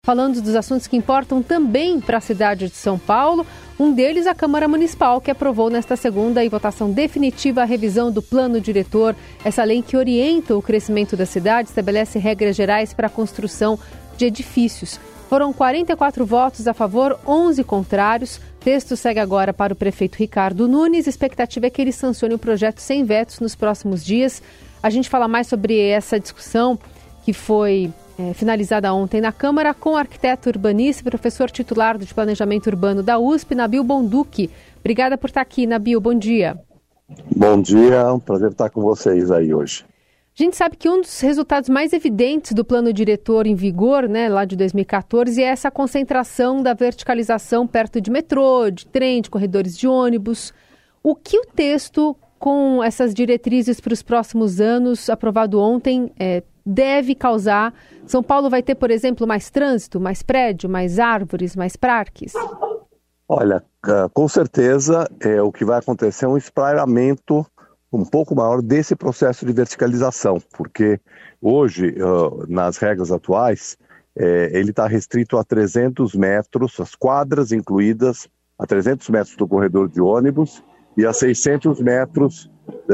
Falando dos assuntos que importam também para a cidade de São Paulo, um deles a Câmara Municipal, que aprovou nesta segunda em votação definitiva a revisão do Plano Diretor. Essa lei que orienta o crescimento da cidade estabelece regras gerais para a construção de edifícios. Foram 44 votos a favor, 11 contrários. O texto segue agora para o prefeito Ricardo Nunes. A expectativa é que ele sancione o projeto sem vetos nos próximos dias. A gente fala mais sobre essa discussão que foi finalizada ontem na Câmara com o arquiteto urbanista e professor titular de Planejamento Urbano da USP, Nabil Bonduki. Obrigada por estar aqui, Nabil. Bom dia. Bom dia, é um prazer estar com vocês aí hoje. A gente sabe que um dos resultados mais evidentes do plano diretor em vigor, lá de 2014, é essa concentração da verticalização perto de metrô, de trem, de corredores de ônibus. O que o texto, com essas diretrizes para os próximos anos, aprovado ontem, deve causar? São Paulo vai ter, por exemplo, mais trânsito, mais prédio, mais árvores, mais parques? Olha, com certeza o que vai acontecer é um espraiamento um pouco maior desse processo de verticalização, porque hoje, nas regras atuais, ele está restrito a 300 metros, as quadras incluídas, a 300 metros do corredor de ônibus e a 600 metros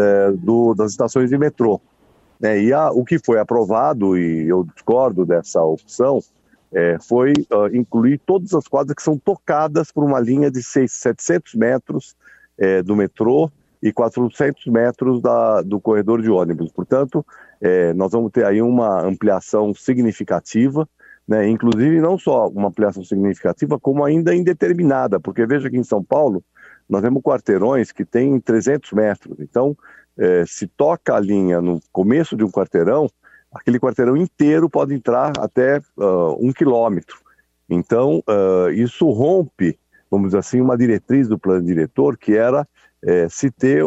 das estações de metrô. E o que foi aprovado, e eu discordo dessa opção, foi incluir todas as quadras que são tocadas por uma linha de 700 metros do metrô e 400 metros do corredor de ônibus. Portanto, nós vamos ter aí uma ampliação significativa, inclusive não só uma ampliação significativa, como ainda indeterminada, porque veja que em São Paulo nós temos quarteirões que têm 300 metros, então se toca a linha no começo de um quarteirão, aquele quarteirão inteiro pode entrar até 1 quilômetro. Então, isso rompe, vamos dizer assim, uma diretriz do plano diretor, que era se ter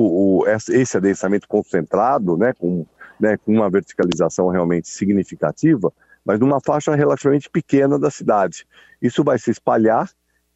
esse adensamento concentrado, com uma verticalização realmente significativa, mas numa faixa relativamente pequena da cidade. Isso vai se espalhar,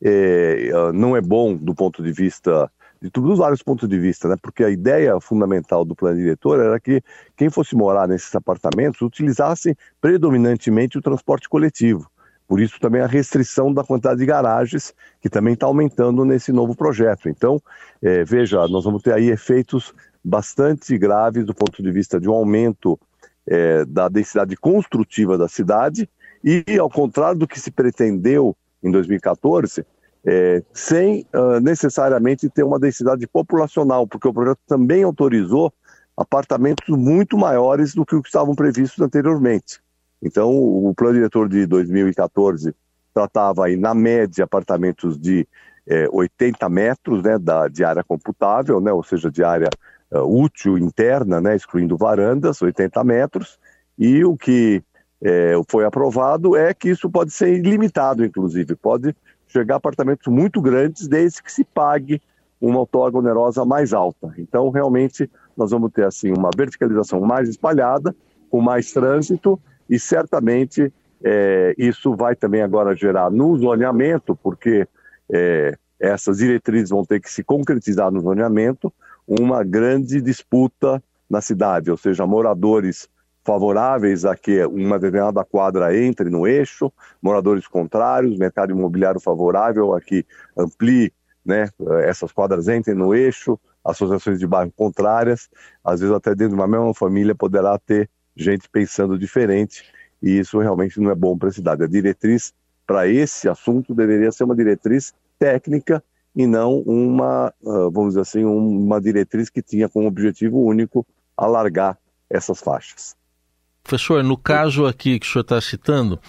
não é bom do ponto de vista dos vários pontos de vista, porque a ideia fundamental do plano diretor era que quem fosse morar nesses apartamentos utilizasse predominantemente o transporte coletivo. Por isso também a restrição da quantidade de garagens, que também está aumentando nesse novo projeto. Então, veja, nós vamos ter aí efeitos bastante graves do ponto de vista de um aumento da densidade construtiva da cidade e, ao contrário do que se pretendeu em 2014, sem necessariamente ter uma densidade populacional, porque o projeto também autorizou apartamentos muito maiores do que os que estavam previstos anteriormente. Então, o plano diretor de 2014 tratava aí, na média, apartamentos de 80 metros de área computável, ou seja, de área útil interna, excluindo varandas, 80 metros, e o que foi aprovado é que isso pode ser ilimitado, inclusive, pode chegar a apartamentos muito grandes, desde que se pague uma outorga onerosa mais alta. Então, realmente, nós vamos ter assim uma verticalização mais espalhada, com mais trânsito, e certamente isso vai também agora gerar no zoneamento, porque essas diretrizes vão ter que se concretizar no zoneamento, uma grande disputa na cidade, ou seja, moradores favoráveis a que uma determinada quadra entre no eixo, moradores contrários, mercado imobiliário favorável a que amplie, essas quadras entrem no eixo, associações de bairro contrárias, às vezes até dentro de uma mesma família poderá ter gente pensando diferente, e isso realmente não é bom para a cidade. A diretriz para esse assunto deveria ser uma diretriz técnica e não vamos dizer assim, uma diretriz que tinha como objetivo único alargar essas faixas. Professor, no caso aqui que o senhor está citando,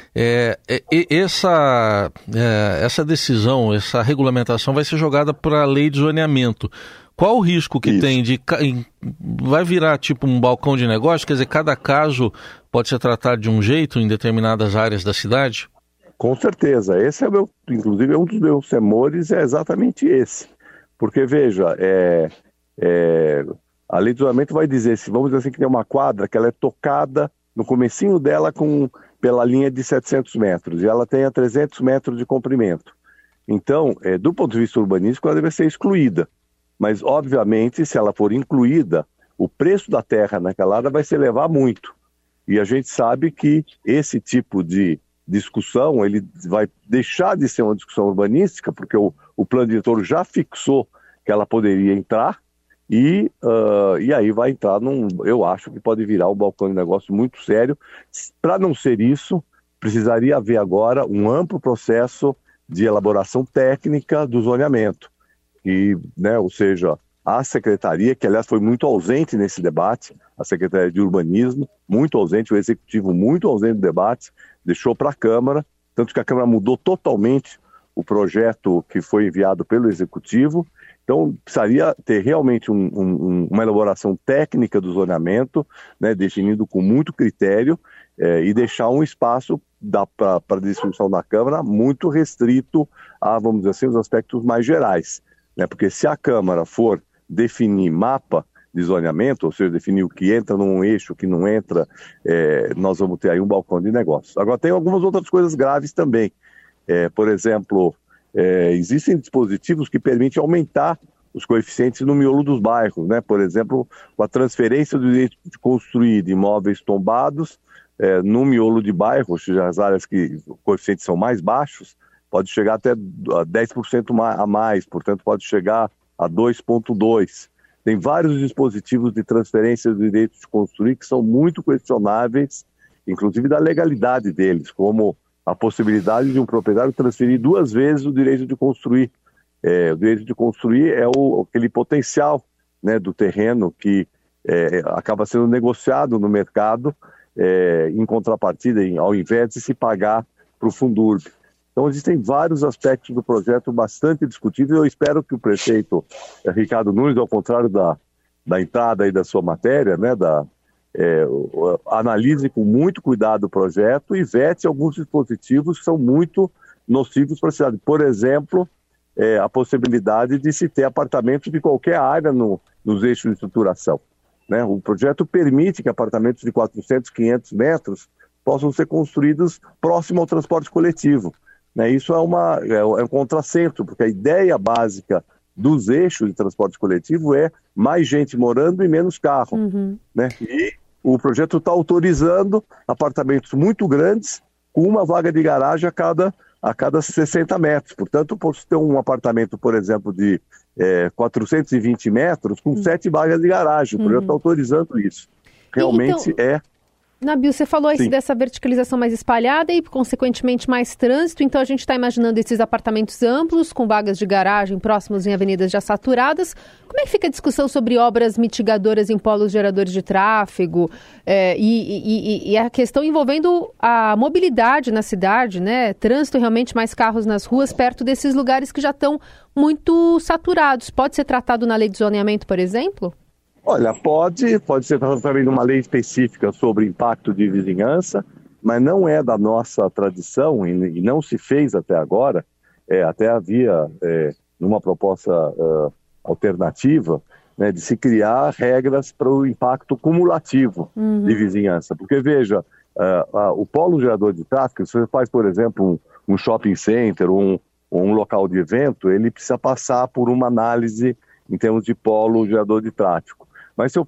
essa decisão, essa regulamentação vai ser jogada para a lei de zoneamento. Qual o risco que tem vai virar tipo um balcão de negócio? Quer dizer, cada caso pode ser tratado de um jeito em determinadas áreas da cidade? Com certeza. Esse inclusive, um dos meus temores é exatamente esse. Porque, veja, a lei de zoneamento vai dizer, vamos dizer assim, que tem uma quadra que ela é tocada no comecinho dela pela linha de 700 metros e ela tem a 300 metros de comprimento. Então, do ponto de vista urbanístico, ela deve ser excluída. Mas, obviamente, se ela for incluída, o preço da terra naquela área vai se elevar muito. E a gente sabe que esse tipo de discussão, ele vai deixar de ser uma discussão urbanística, porque o plano diretor já fixou que ela poderia entrar, e aí vai entrar eu acho que pode virar um balcão de negócio muito sério. Para não ser isso, precisaria haver agora um amplo processo de elaboração técnica do zoneamento, ou seja, a Secretaria, que aliás foi muito ausente nesse debate, a Secretaria de Urbanismo, muito ausente, o Executivo muito ausente do debate, deixou para a Câmara, tanto que a Câmara mudou totalmente o projeto que foi enviado pelo Executivo. Então, precisaria ter realmente uma elaboração técnica do zoneamento, definido com muito critério, e deixar um espaço para discussão da Câmara muito restrito a, vamos dizer assim, os aspectos mais gerais. Porque se a Câmara for definir mapa de zoneamento, ou seja, definir o que entra num eixo, o que não entra, nós vamos ter aí um balcão de negócios. Agora, tem algumas outras coisas graves também. Por exemplo, existem dispositivos que permitem aumentar os coeficientes no miolo dos bairros, por exemplo, com a transferência do direito de construir de imóveis tombados no miolo de bairro, ou seja, as áreas que os coeficientes são mais baixos, pode chegar até a 10% a mais, portanto pode chegar a 2,2%. Tem vários dispositivos de transferência do direito de construir que são muito questionáveis, inclusive da legalidade deles, como a possibilidade de um proprietário transferir 2 vezes o direito de construir. O direito de construir é aquele potencial do terreno que acaba sendo negociado no mercado em contrapartida, ao invés de se pagar para o Fundurb. Então, existem vários aspectos do projeto bastante discutíveis. Eu espero que o prefeito Ricardo Nunes, ao contrário da entrada aí da sua matéria, analise com muito cuidado o projeto e vete alguns dispositivos que são muito nocivos para a cidade. Por exemplo, a possibilidade de se ter apartamentos de qualquer área nos eixos de estruturação. O projeto permite que apartamentos de 400, 500 metros possam ser construídos próximo ao transporte coletivo. Isso é um contrassenso, porque a ideia básica dos eixos de transporte coletivo é mais gente morando e menos carro. E o projeto está autorizando apartamentos muito grandes com uma vaga de garagem a cada 60 metros. Portanto, posso ter um apartamento, por exemplo, de 420 metros com 7 vagas de garagem. O projeto está autorizando isso. Realmente Nabil, você falou dessa verticalização mais espalhada e, consequentemente, mais trânsito. Então, a gente está imaginando esses apartamentos amplos, com vagas de garagem próximos em avenidas já saturadas. Como é que fica a discussão sobre obras mitigadoras em polos geradores de tráfego e a questão envolvendo a mobilidade na cidade, Trânsito, realmente mais carros nas ruas, perto desses lugares que já estão muito saturados. Pode ser tratado na lei de zoneamento, por exemplo? Olha, pode ser tratado também numa lei específica sobre impacto de vizinhança, mas não é da nossa tradição e não se fez até agora. Até havia numa proposta alternativa de se criar regras para o impacto cumulativo de vizinhança. Porque, veja, o polo gerador de tráfego, se você faz, por exemplo, um shopping center ou um local de evento, ele precisa passar por uma análise em termos de polo gerador de tráfego. Mas se eu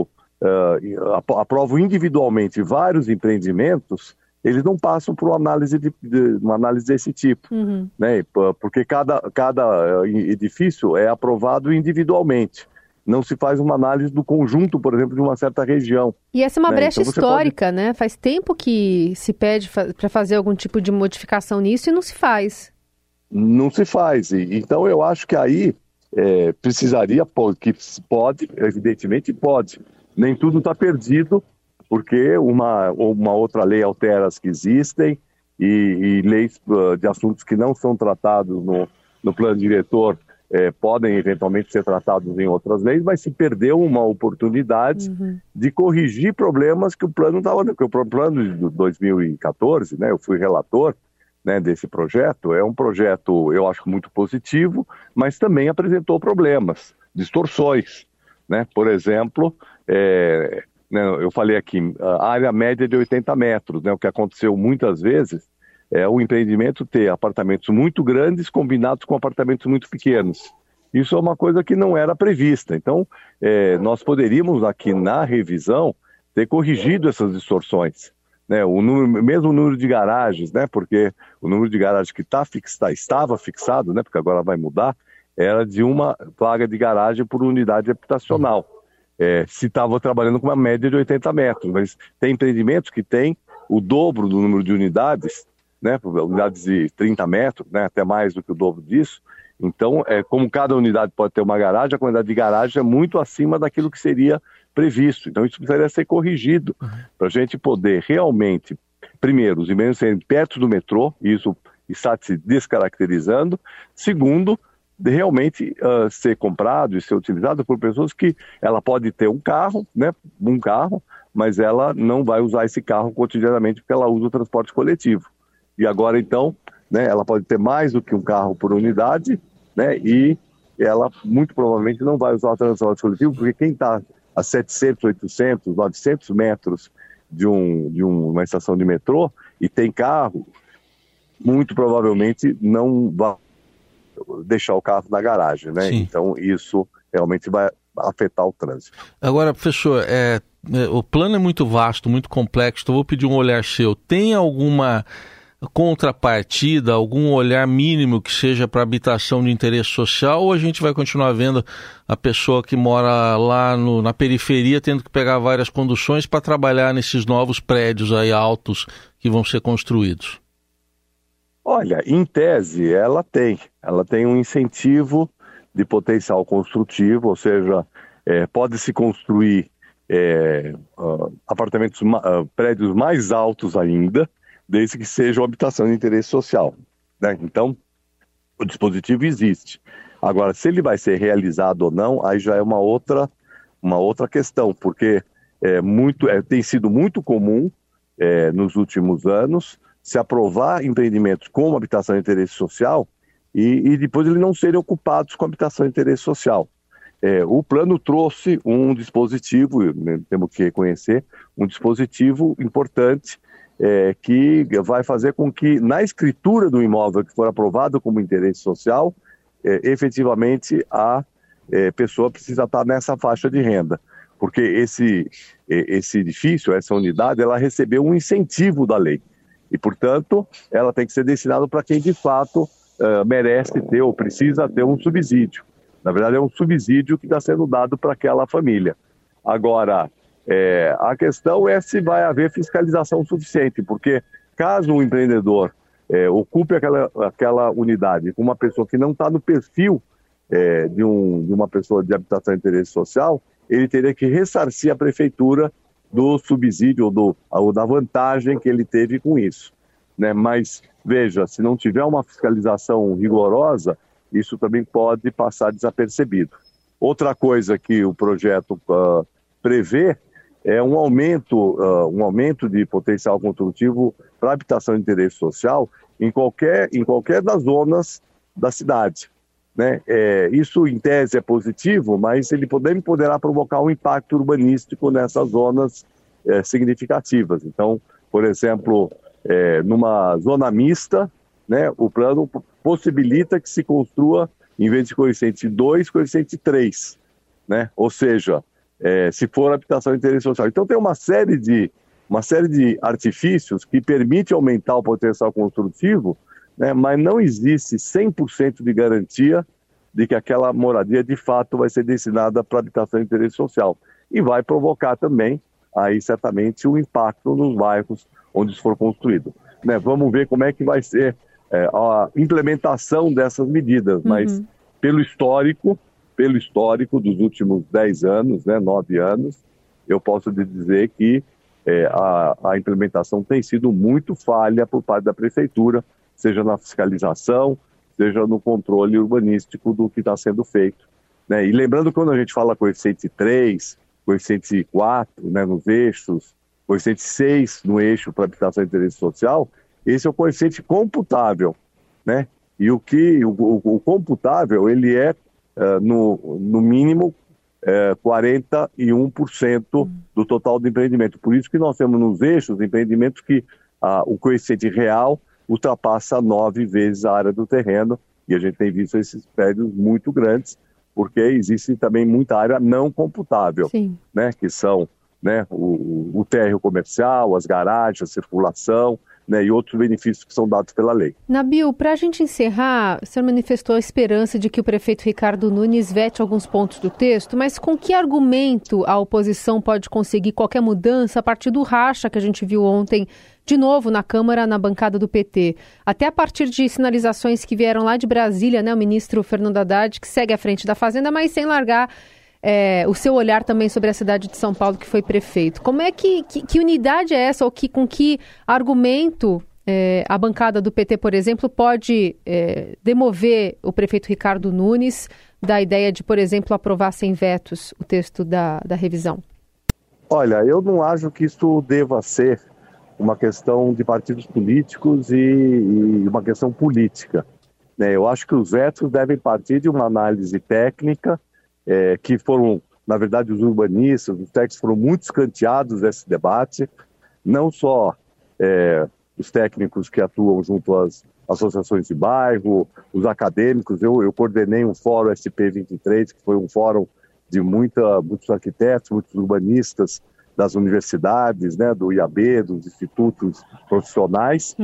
aprovo individualmente vários empreendimentos, eles não passam por uma análise desse tipo, porque cada edifício é aprovado individualmente. Não se faz uma análise do conjunto, por exemplo, de uma certa região. E essa é uma brecha histórica, Faz tempo que se pede para fazer algum tipo de modificação nisso e não se faz. Não se faz. Então eu acho que aí precisaria, que pode, evidentemente pode. Nem tudo está perdido, porque uma outra lei altera as que existem e leis de assuntos que não são tratados no plano diretor podem eventualmente ser tratados em outras leis, mas se perdeu uma oportunidade de corrigir problemas que o plano estava... Porque o plano de 2014, eu fui relator, desse projeto, é um projeto, eu acho, muito positivo, mas também apresentou problemas, distorções, Por exemplo, eu falei aqui, a área média de 80 metros, o que aconteceu muitas vezes é o empreendimento ter apartamentos muito grandes combinados com apartamentos muito pequenos. Isso é uma coisa que não era prevista. Então, nós poderíamos aqui na revisão ter corrigido essas distorções. né, mesmo número de garagens, né, porque o número de garagens que estava fixado, né, porque agora vai mudar, era de uma vaga de garagem por unidade habitacional. Se estava trabalhando com uma média de 80 metros, mas tem empreendimentos que tem o dobro do número de unidades, né, unidades de 30 metros, né, até mais do que o dobro disso. Então, como cada unidade pode ter uma garagem, a quantidade de garagem é muito acima daquilo que seria previsto. Então, isso precisaria ser corrigido para a gente poder realmente, primeiro, os empreendimentos serem perto do metrô, e isso está se descaracterizando. Segundo, de realmente ser comprado e ser utilizado por pessoas que ela pode ter um carro, né, mas ela não vai usar esse carro cotidianamente porque ela usa o transporte coletivo. E agora, então, né, ela pode ter mais do que um carro por unidade, né, e ela muito provavelmente não vai usar o transporte coletivo, porque quem está a 700, 800, 900 metros de uma estação de metrô e tem carro, muito provavelmente não vai deixar o carro na garagem, né? Sim. Então isso realmente vai afetar o trânsito. Agora, professor, o plano é muito vasto, muito complexo, então eu vou pedir um olhar seu. Tem alguma contrapartida, algum olhar mínimo que seja para habitação de interesse social, ou a gente vai continuar vendo a pessoa que mora lá na periferia tendo que pegar várias conduções para trabalhar nesses novos prédios aí altos que vão ser construídos? Olha, em tese, ela tem um incentivo de potencial construtivo, ou seja, pode-se construir prédios mais altos ainda, desde que sejam habitação de interesse social, né? Então, o dispositivo existe. Agora, se ele vai ser realizado ou não, aí já é uma outra questão, porque tem sido muito comum nos últimos anos se aprovar empreendimentos com habitação de interesse social e depois eles não serem ocupados com habitação de interesse social. O plano trouxe um dispositivo, temos que reconhecer, um dispositivo importante que vai fazer com que na escritura do imóvel que for aprovado como interesse social, efetivamente a pessoa precisa estar nessa faixa de renda, porque esse edifício, essa unidade, ela recebeu um incentivo da lei. E, portanto, ela tem que ser destinada para quem, de fato, merece ter ou precisa ter um subsídio. Na verdade, é um subsídio que está sendo dado para aquela família. Agora, a questão é se vai haver fiscalização suficiente, porque caso o empreendedor ocupe aquela unidade com uma pessoa que não está no perfil de uma pessoa de habitação de interesse social, ele teria que ressarcir a prefeitura do subsídio ou da vantagem que ele teve com isso, né? Mas, veja, se não tiver uma fiscalização rigorosa, isso também pode passar desapercebido. Outra coisa que o projeto prevê é um aumento de potencial construtivo para habitação de interesse social em qualquer das zonas da cidade, né? Isso, em tese, é positivo, mas ele poderá provocar um impacto urbanístico nessas zonas significativas. Então, por exemplo, numa zona mista, né, o plano possibilita que se construa, em vez de coeficiente 2, coeficiente 3, né? Ou seja, se for habitação de interesse social. Então tem uma série de artifícios que permitem aumentar o potencial construtivo, né, mas não existe 100% de garantia de que aquela moradia de fato vai ser destinada para habitação de interesse social. E vai provocar também, aí certamente, um impacto nos bairros onde isso for construído, né? Vamos ver como é que vai ser a implementação dessas medidas, mas pelo histórico dos últimos 10 anos, né, 9 anos, eu posso dizer que a implementação tem sido muito falha por parte da prefeitura, seja na fiscalização, seja no controle urbanístico do que está sendo feito, né? E lembrando que quando a gente fala coeficiente 3, coeficiente 4, né, nos eixos, coeficiente 6 no eixo para habitação de interesse social, esse é o coeficiente computável, né? E o computável, ele no mínimo 41% do total do empreendimento. Por isso que nós temos nos eixos empreendimentos que o coeficiente real ultrapassa 9 vezes a área do terreno, e a gente tem visto esses prédios muito grandes, porque existe também muita área não computável, né? Que são né, o térreo comercial, as garagens, a circulação, né, e outros benefícios que são dados pela lei. Nabil, para a gente encerrar, o senhor manifestou a esperança de que o prefeito Ricardo Nunes vete alguns pontos do texto, mas com que argumento a oposição pode conseguir qualquer mudança a partir do racha que a gente viu ontem, de novo na Câmara, na bancada do PT? Até a partir de sinalizações que vieram lá de Brasília, né, o ministro Fernando Haddad, que segue à frente da Fazenda, mas sem largar o seu olhar também sobre a cidade de São Paulo, que foi prefeito. Como é que unidade é essa, ou com que argumento a bancada do PT, por exemplo, pode demover o prefeito Ricardo Nunes da ideia de, por exemplo, aprovar sem vetos o texto da revisão? Olha, eu não acho que isso deva ser uma questão de partidos políticos e uma questão política, né? Eu acho que os vetos devem partir de uma análise técnica, que foram, na verdade, os urbanistas, os técnicos foram muito escanteados nesse debate, não só os técnicos que atuam junto às associações de bairro, os acadêmicos. Eu coordenei um fórum SP23, que foi um fórum de muitos arquitetos, muitos urbanistas das universidades, né, do IAB, dos institutos profissionais,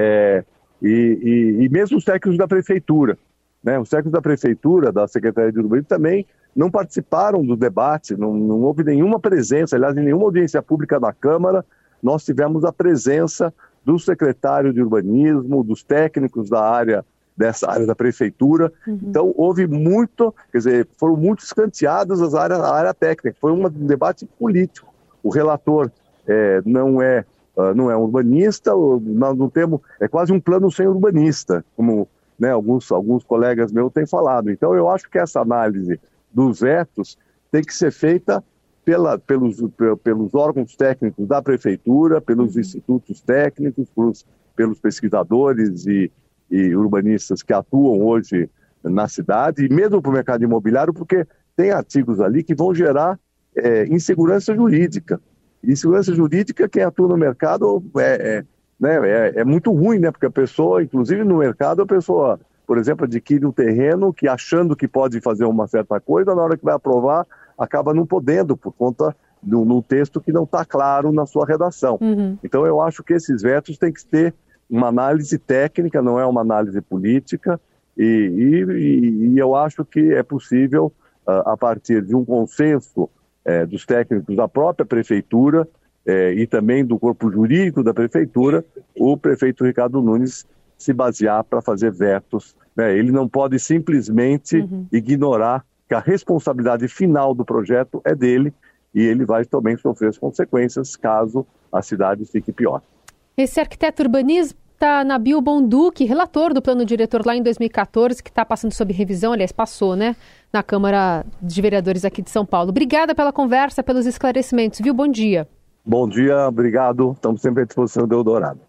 e mesmo os técnicos da prefeitura, né? Os técnicos da prefeitura, da Secretaria de Urbanismo, também não participaram do debate, não houve nenhuma presença. Aliás, em nenhuma audiência pública da Câmara nós tivemos a presença do secretário de Urbanismo, dos técnicos dessa área da prefeitura. Então houve foram muito escanteadas a área técnica, foi um debate político. O relator não é um urbanista, nós não temos, é quase um plano sem urbanista, como, né, alguns colegas meus têm falado. Então eu acho que essa análise dos vetos tem que ser feita pelos órgãos técnicos da prefeitura, pelos institutos técnicos, pelos pesquisadores e urbanistas que atuam hoje na cidade, e mesmo para o mercado imobiliário, porque tem artigos ali que vão gerar insegurança jurídica. Insegurança jurídica, quem atua no mercado é muito ruim, né? Porque a pessoa, inclusive no mercado, a pessoa, por exemplo, adquire um terreno que, achando que pode fazer uma certa coisa, na hora que vai aprovar, acaba não podendo, por conta do texto que não está claro na sua redação. Então eu acho que esses vetos têm que ter uma análise técnica, não é uma análise política, e eu acho que é possível, a partir de um consenso dos técnicos da própria prefeitura e também do corpo jurídico da prefeitura, o prefeito Ricardo Nunes se basear para fazer vetos, né? Ele não pode simplesmente ignorar que a responsabilidade final do projeto é dele, e ele vai também sofrer as consequências caso a cidade fique pior. Esse arquiteto urbanista, Nabil Bonduque, relator do plano diretor lá em 2014, que está passando sob revisão, aliás, passou, né, na Câmara de Vereadores aqui de São Paulo. Obrigada pela conversa, pelos esclarecimentos, viu? Bom dia. Bom dia, obrigado. Estamos sempre à disposição do Eldorado.